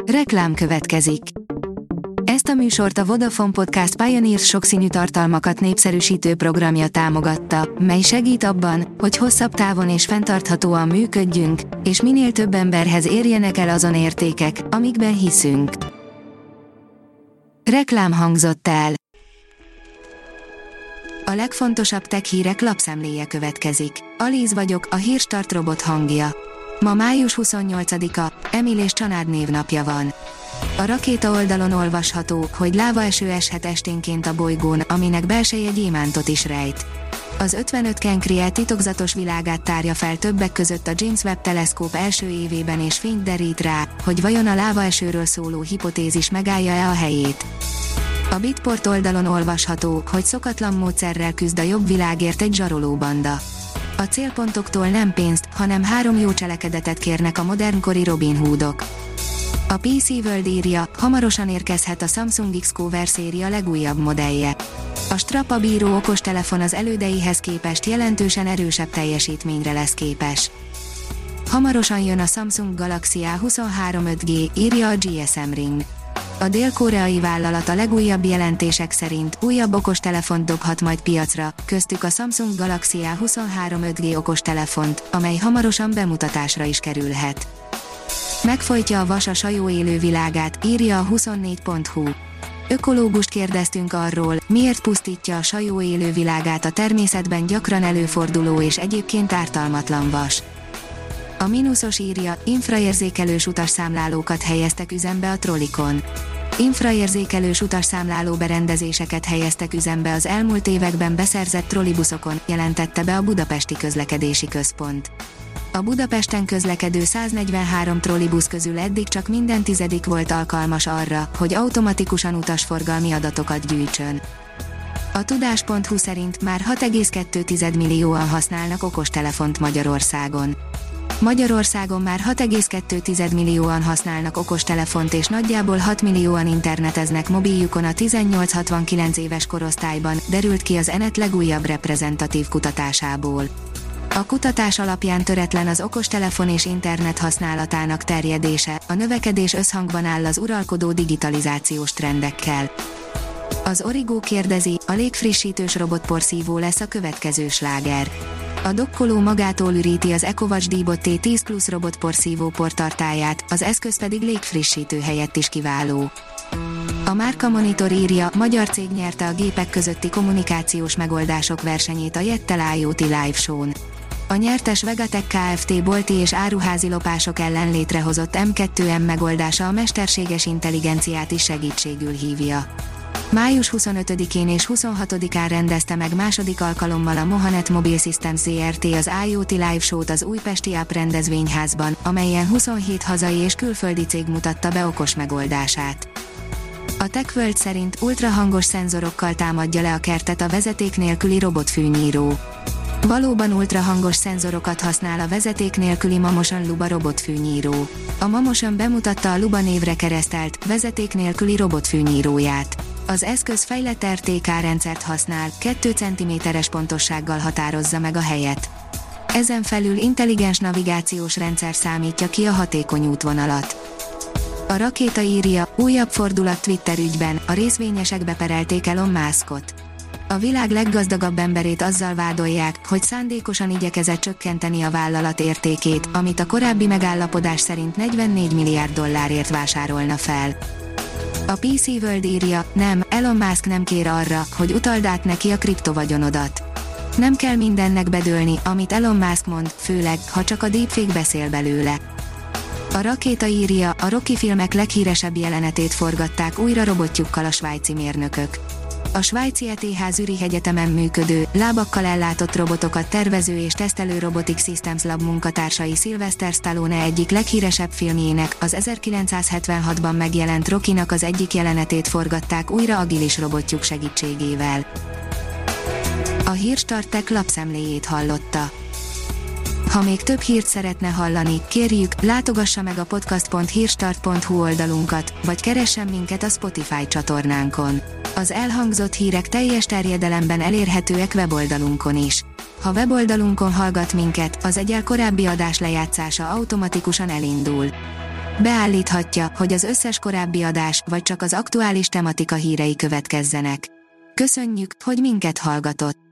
Reklám következik. Ezt a műsort a Vodafone Podcast Pioneers sokszínű tartalmakat népszerűsítő programja támogatta, mely segít abban, hogy hosszabb távon és fenntarthatóan működjünk, és minél több emberhez érjenek el azon értékek, amikben hiszünk. Reklám hangzott el. A legfontosabb tech hírek lapszemléje következik. Alíz vagyok, a Hírstart robot hangja. Ma május 28-a, Emil és Csanád névnapja van. A Rakéta oldalon olvasható, hogy lávaeső eshet esténként a bolygón, aminek belseje gyémántot is rejt. Az 55 Cancri titokzatos világát tárja fel többek között a James Webb teleszkóp első évében, és fényt derít rá, hogy vajon a lávaesőről szóló hipotézis megállja-e a helyét. A Bitport oldalon olvasható, hogy szokatlan módszerrel küzd a jobb világért egy zsarolóbanda. A célpontoktól nem pénzt, hanem 3 jó cselekedetet kérnek a modernkori Robin Hoodok. A PC World írja, hamarosan érkezhet a Samsung X-Cover széria legújabb modellje. A strapa bíró okostelefon az elődeihez képest jelentősen erősebb teljesítményre lesz képes. Hamarosan jön a Samsung Galaxy A23 5G, írja a GSM Ring. A dél-koreai vállalat a legújabb jelentések szerint újabb okostelefont dobhat majd piacra, köztük a Samsung Galaxy A23 5G okostelefont, amely hamarosan bemutatásra is kerülhet. Megfojtja a vas a sajó élővilágát, írja a 24.hu. Ökológust kérdeztünk arról, miért pusztítja a sajó élővilágát a természetben gyakran előforduló és egyébként ártalmatlan vas. A Minusos írja, infraérzékelős utasszámlálókat helyeztek üzembe a trollikon. Infraérzékelős utasszámláló berendezéseket helyeztek üzembe az elmúlt években beszerzett trollibuszokon, jelentette be a Budapesti Közlekedési Központ. A Budapesten közlekedő 143 trollibusz közül eddig csak minden 10. volt alkalmas arra, hogy automatikusan utasforgalmi adatokat gyűjtsön. A tudás.hu szerint már 6,2 millióan használnak okostelefont Magyarországon. Magyarországon már 6,2 millióan használnak okostelefont, és nagyjából 6 millióan interneteznek mobiljukon a 18-69 éves korosztályban, derült ki az ENET legújabb reprezentatív kutatásából. A kutatás alapján töretlen az okostelefon és internet használatának terjedése, a növekedés összhangban áll az uralkodó digitalizációs trendekkel. Az Origo kérdezi, a légfrissítős robotporszívó lesz a következő sláger. A dokkoló magától üríti az EcoWatch D-Bot T10 Plus robotporszívó portartályát, az eszköz pedig légfrissítő helyett is kiváló. A Márka Monitor írja, magyar cég nyerte a gépek közötti kommunikációs megoldások versenyét a Yettel IoT Live Show-n. A nyertes Vegatech Kft. Bolti és áruházi lopások ellen létrehozott M2M megoldása a mesterséges intelligenciát is segítségül hívja. Május 25-én és 26-án rendezte meg második alkalommal a Mohanet Mobile Systems Zrt. Az IoT Live Show-t az újpesti App rendezvényházban, amelyen 27 hazai és külföldi cég mutatta be okos megoldását. A TechWorld szerint ultrahangos szenzorokkal támadja le a kertet a vezeték nélküli robotfűnyíró. Valóban ultrahangos szenzorokat használ a vezeték nélküli Mamotion Luba robotfűnyíró. A Mamotion bemutatta a Luba névre keresztelt, vezeték nélküli robotfűnyíróját. Az eszköz fejlett RTK rendszert használ, 2 cm-es pontossággal határozza meg a helyet. Ezen felül intelligens navigációs rendszer számítja ki a hatékony útvonalat. A Rakéta írja, újabb fordulat Twitter ügyben, a részvényesek beperelték Elon Muskot. A világ leggazdagabb emberét azzal vádolják, hogy szándékosan igyekezett csökkenteni a vállalat értékét, amit a korábbi megállapodás szerint 44 milliárd dollárért vásárolna fel. A PC World írja, nem, Elon Musk nem kér arra, hogy utald át neki a kriptovagyonodat. Nem kell mindennek bedőlni, amit Elon Musk mond, főleg, ha csak a deepfake beszél belőle. A Rakéta írja, a Rocky filmek leghíresebb jelenetét forgatták újra robotjukkal a svájci mérnökök. A svájci ETH Zürich Egyetemen működő, lábakkal ellátott robotokat tervező és tesztelő Robotic Systems Lab munkatársai Sylvester Stallone egyik leghíresebb filmjének, az 1976-ban megjelent Rockynak az egyik jelenetét forgatták újra agilis robotjuk segítségével. A Hírstart Tech lapszemléjét hallotta. Ha még több hírt szeretne hallani, kérjük, látogassa meg a podcast.hírstart.hu oldalunkat, vagy keressen minket a Spotify csatornánkon. Az elhangzott hírek teljes terjedelemben elérhetőek weboldalunkon is. Ha weboldalunkon hallgat minket, az egyel korábbi adás lejátszása automatikusan elindul. Beállíthatja, hogy az összes korábbi adás, vagy csak az aktuális tematika hírei következzenek. Köszönjük, hogy minket hallgatott!